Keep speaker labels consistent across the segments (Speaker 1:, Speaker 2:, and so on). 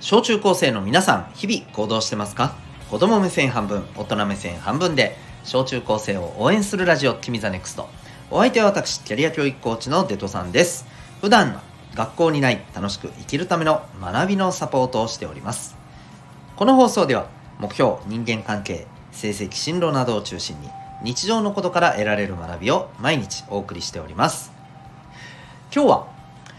Speaker 1: 小中高生の皆さん、日々行動してますか？子供目線半分、大人目線半分で小中高生を応援するラジオ、君ザネクスト。お相手は私、キャリア教育コーチのデトさんです。普段学校にない楽しく生きるための学びのサポートをしております。この放送では目標、人間関係、成績、進路などを中心に日常のことから得られる学びを毎日お送りしております。今日は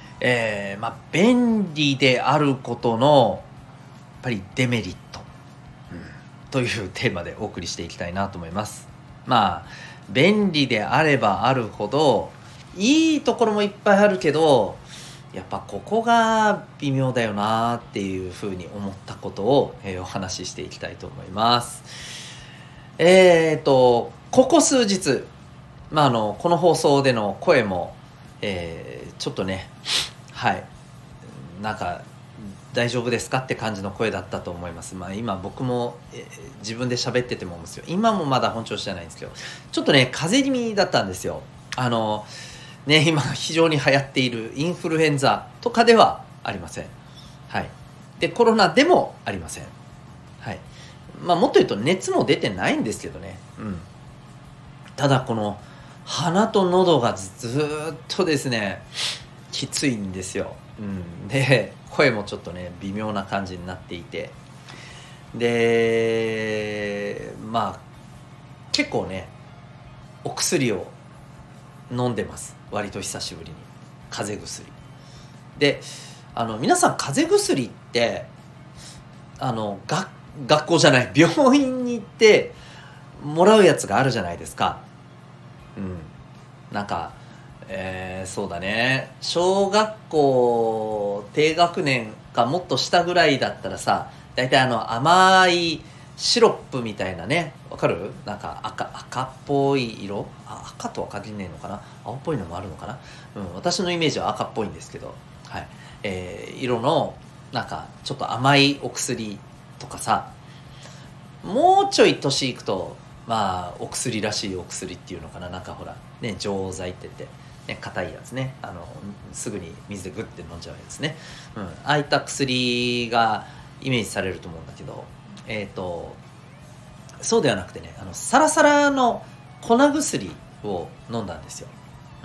Speaker 1: 便利であることのやっぱりデメリット、というテーマでお送りしていきたいなと思います。便利であればあるほどいいところもいっぱいあるけど、やっぱここが微妙だよなっていうふうに思ったことを、お話ししていきたいと思います。ここ数日、この放送での声も、ちょっとね、なんか大丈夫ですかって感じの声だったと思います。今僕も、自分で喋ってても思うんですよ。今もまだ本調子じゃないんですけど、ちょっとね風邪気味だったんですよ。今非常に流行っているインフルエンザとかではありません。でコロナでもありません。もっと言うと熱も出てないんですけどね。ただこの鼻と喉がずっとですねきついんですよ。で声もちょっとね微妙な感じになっていて、で結構ねお薬を飲んでます。割と久しぶりに風邪薬で、皆さん風邪薬って学校じゃない病院に行ってもらうやつがあるじゃないですか。そうだね、小学校低学年かもっと下ぐらいだったらさ、だいたい甘いシロップみたいなね、わかる？赤っぽい色、赤とは限らねえのかな、青っぽいのもあるのかな。私のイメージは赤っぽいんですけど、色のちょっと甘いお薬とかさ、もうちょい年いくとお薬らしいお薬っていうのかな、ほらね、錠剤って言ってね、硬いやつね、すぐに水でグッて飲んじゃうやつね。ああいった薬がイメージされると思うんだけど、そうではなくてね、サラサラの粉薬を飲んだんですよ。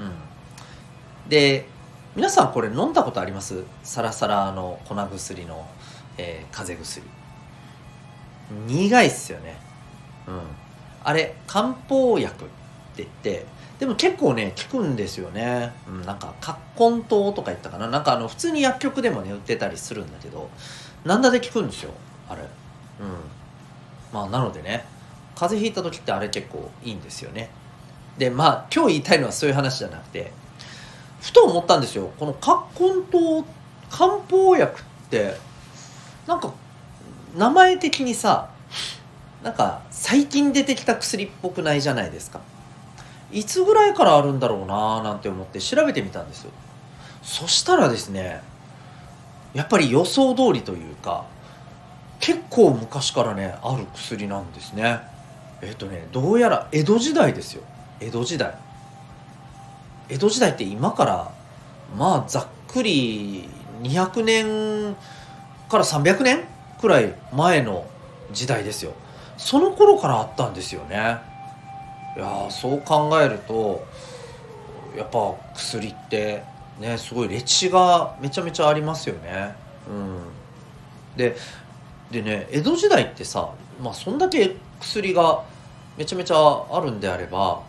Speaker 1: で皆さんこれ飲んだことあります？サラサラの粉薬の、風邪薬。苦いっすよね。あれ漢方薬って言って、でも結構ね効くんですよね。葛根湯とか言ったかな、普通に薬局でもね売ってたりするんだけど、なんだで効くんですよあれ。なのでね、風邪ひいた時ってあれ結構いいんですよね。で今日言いたいのはそういう話じゃなくて、ふと思ったんですよ。この葛根湯、漢方薬って名前的にさ、最近出てきた薬っぽくないじゃないですか。いつぐらいからあるんだろうななんて思って調べてみたんですよ。そしたらですね、やっぱり予想通りというか、結構昔からねある薬なんですね。どうやら江戸時代ですよ。江戸時代って今からざっくり200年から300年くらい前の時代ですよ。その頃からあったんですよね。いやそう考えるとやっぱ薬ってね、すごい歴史がめちゃめちゃありますよね。でね、江戸時代ってさ、そんだけ薬がめちゃめちゃあるんであれば、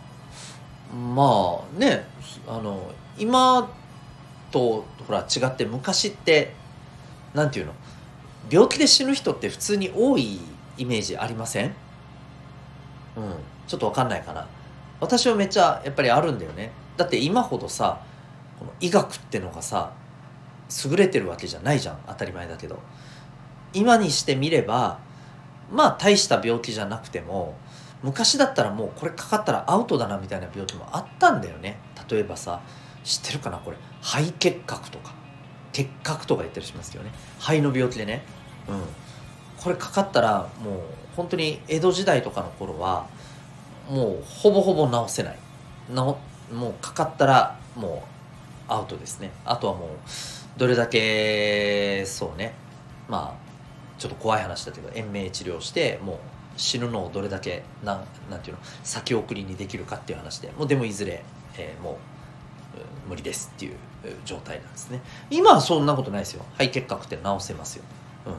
Speaker 1: 今とほら違って、昔ってなんていうの、病気で死ぬ人って普通に多いイメージありません？ちょっとわかんないかな。私はめっちゃやっぱりあるんだよね。だって今ほどさ、この医学ってのがさ優れてるわけじゃないじゃん、当たり前だけど。今にしてみれば大した病気じゃなくても、昔だったらもうこれかかったらアウトだなみたいな病気もあったんだよね。例えばさ、知ってるかな、これ肺結核とか結核とか言ったりしますけどね、肺の病気でね。これかかったらもう本当に江戸時代とかの頃はもうほぼほぼ治せないもうかかったらもうアウトですね。あとはもうどれだけそうね、 まあちょっと怖い話だけど延命治療してもう死ぬのをどれだけなんていうの先送りにできるかっていう話でもうでもいずれ、もう無理ですっていう状態なんですね。今はそんなことないですよ。肺結核って治せますよ。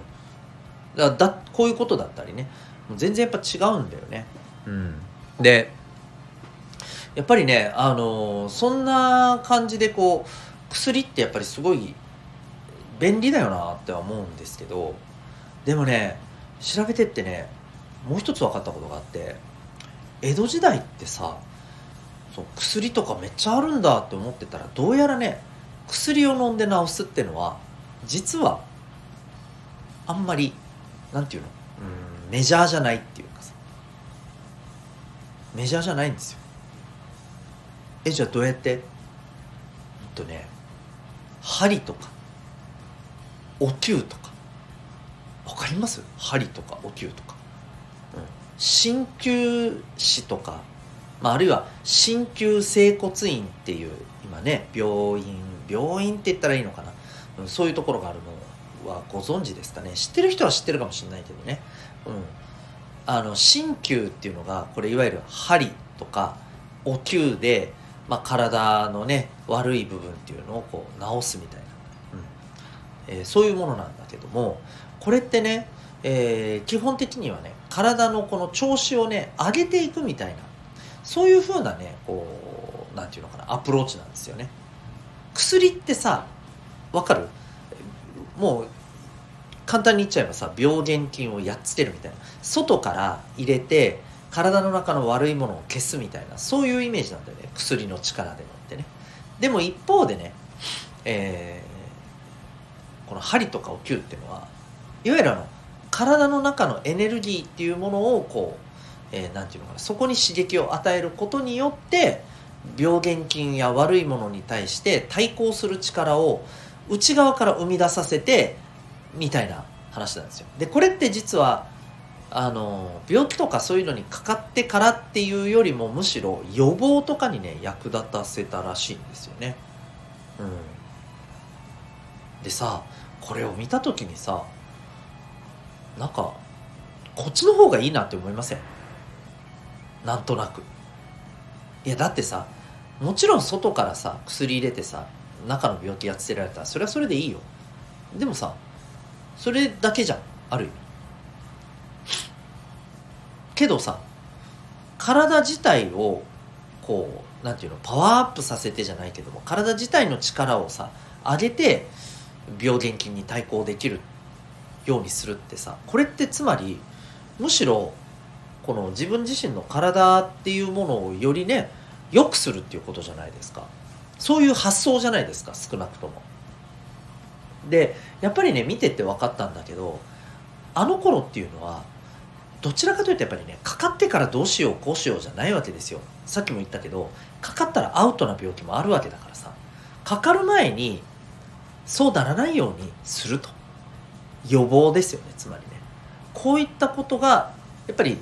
Speaker 1: こういうことだったりね、もう全然やっぱ違うんだよね。でやっぱりねそんな感じでこう薬ってやっぱりすごい便利だよなって思うんですけど、でもね調べてってねもう一つ分かったことがあって、江戸時代ってさそう薬とかめっちゃあるんだって思ってたら、どうやらね薬を飲んで治すってのは実はあんまりなんていうのメジャーじゃないっていうかさ、メジャーじゃないんですよ。じゃあどうやって？針とかお灸とかわかります？針とかお灸とか、鍼灸師とか、あるいは鍼灸整骨院っていう今ね病院って言ったらいいのかな、そういうところがあるのはご存知ですかね。知ってる人は知ってるかもしれないけどね、鍼灸っていうのがこれいわゆる針とかお灸で、体のね悪い部分っていうのをこう治すみたいな、そういうものなんだけども、これってね、基本的にはね体のこの調子をね上げていくみたいな、そういう風なねこうなんていうのかなアプローチなんですよね。薬ってさわかる？もう簡単に言っちゃえばさ、病原菌をやっつけるみたいな、外から入れて体の中の悪いものを消すみたいな、そういうイメージなんだよね、薬の力でもってね。でも一方でね、この針とかお灸っていうのはいわゆる体の中のエネルギーっていうものをこう、なんていうのかな、そこに刺激を与えることによって病原菌や悪いものに対して対抗する力を内側から生み出させてみたいな話なんですよ。でこれって実は病気とかそういうのにかかってからっていうよりもむしろ予防とかにね役立たせたらしいんですよね。でさこれを見た時にさなんかこっちの方がいいなって思いません？なんとなく。いやだってさもちろん外からさ薬入れてさ中の病気やっつけられたらそれはそれでいいよ。でもさそれだけじゃん、ある意味。けどさ体自体をこうなんていうのパワーアップさせてじゃないけども、体自体の力をさ上げて病原菌に対抗できるようにするってさ、これってつまりむしろこの自分自身の体っていうものをよりね良くするっていうことじゃないですか。そういう発想じゃないですか、少なくとも。でやっぱりね見てって分かったんだけど、あの頃っていうのはどちらかというとやっぱりねかかってからどうしようこうしようじゃないわけですよ。さっきも言ったけどかかったらアウトな病気もあるわけだからさ、かかる前にそうならないようにすると、予防ですよね。つまりねこういったことがやっぱり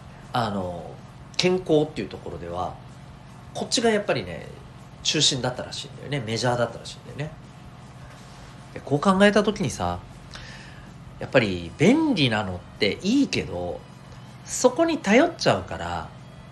Speaker 1: 健康っていうところではこっちがやっぱりね中心だったらしいんだよね、メジャーだったらしいんだよね。でこう考えた時にさやっぱり便利なのっていいけどそこに頼っちゃうから、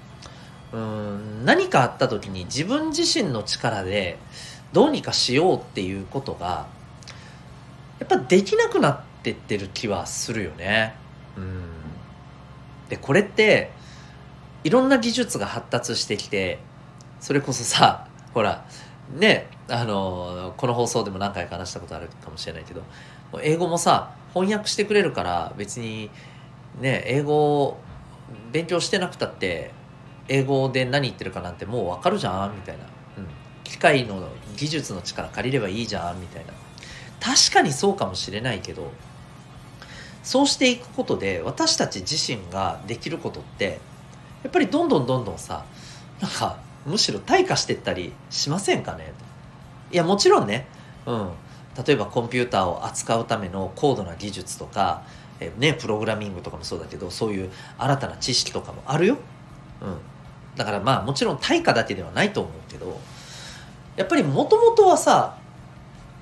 Speaker 1: 何かあった時に自分自身の力でどうにかしようっていうことがやっぱできなくなってってる気はするよね。でこれっていろんな技術が発達してきて、それこそさほらねこの放送でも何回か話したことあるかもしれないけど、英語もさ翻訳してくれるから別にね英語を勉強してなくたって英語で何言ってるかなんてもう分かるじゃんみたいな、機械の技術の力借りればいいじゃんみたいな。確かにそうかもしれないけど、そうしていくことで私たち自身ができることってやっぱりどんどんさなんかむしろ退化していったりしませんかね。いやもちろんね、例えばコンピューターを扱うための高度な技術とか、プログラミングとかもそうだけどそういう新たな知識とかもあるよ。だからもちろん対価だけではないと思うけど、やっぱりもともとはさ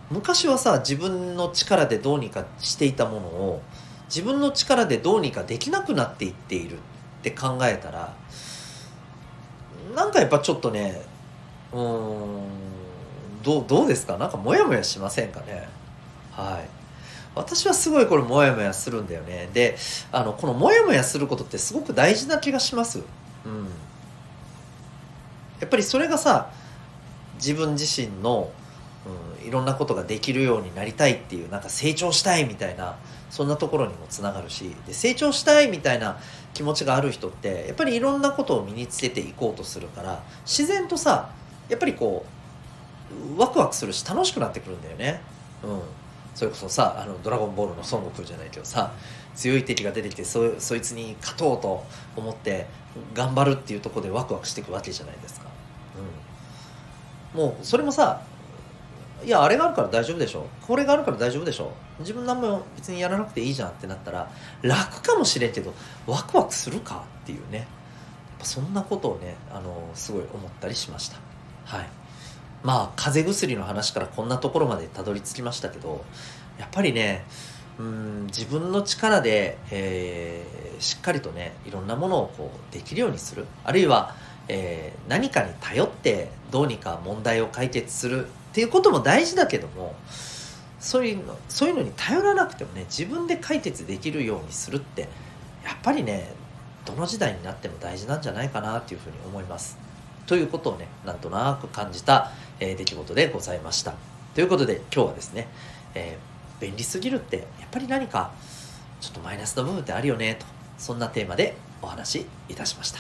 Speaker 1: 昔はさ、自分の力でどうにかしていたものを自分の力でどうにかできなくなっていっているって考えたら、なんかやっぱちょっとね、うーん、どうですか？なんかモヤモヤしませんかね？はい。私はすごいこれモヤモヤするんだよね。で、このモヤモヤすることってすごく大事な気がします。うん。やっぱりそれがさ、自分自身の、いろんなことができるようになりたいっていう、なんか成長したいみたいな、そんなところにもつながるし、で、成長したいみたいな気持ちがある人って、やっぱりいろんなことを身につけていこうとするから、自然とさ、やっぱりこう、ワクワクするし楽しくなってくるんだよね。うん。それこそさ、ドラゴンボールの孫悟空じゃないけどさ、強い敵が出てきて、そいつに勝とうと思って頑張るっていうところでワクワクしていくわけじゃないですか。もうそれもさ、いや、あれがあるから大丈夫でしょ、これがあるから大丈夫でしょ、自分何も別にやらなくていいじゃんってなったら楽かもしれんけど、ワクワクするかっていうね、やっぱそんなことをね、すごい思ったりしました。はい。まあ風邪薬の話からこんなところまでたどり着きましたけど、やっぱりね、自分の力で、しっかりとね、いろんなものをこうできるようにする、あるいは、何かに頼ってどうにか問題を解決するっていうことも大事だけども、そういうのに頼らなくてもね、自分で解決できるようにするって、やっぱりね、どの時代になっても大事なんじゃないかなっていうふうに思います。ということをね、なんとなく感じた、出来事でございました。ということで今日はですね、便利すぎるってやっぱり何かちょっとマイナスの部分ってあるよねと、そんなテーマでお話しいたしました。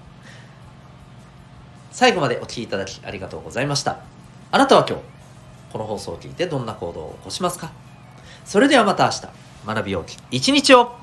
Speaker 1: 最後までお聞きいただきありがとうございました。あなたは今日この放送を聞いてどんな行動を起こしますか？それではまた明日、学びようき一日を。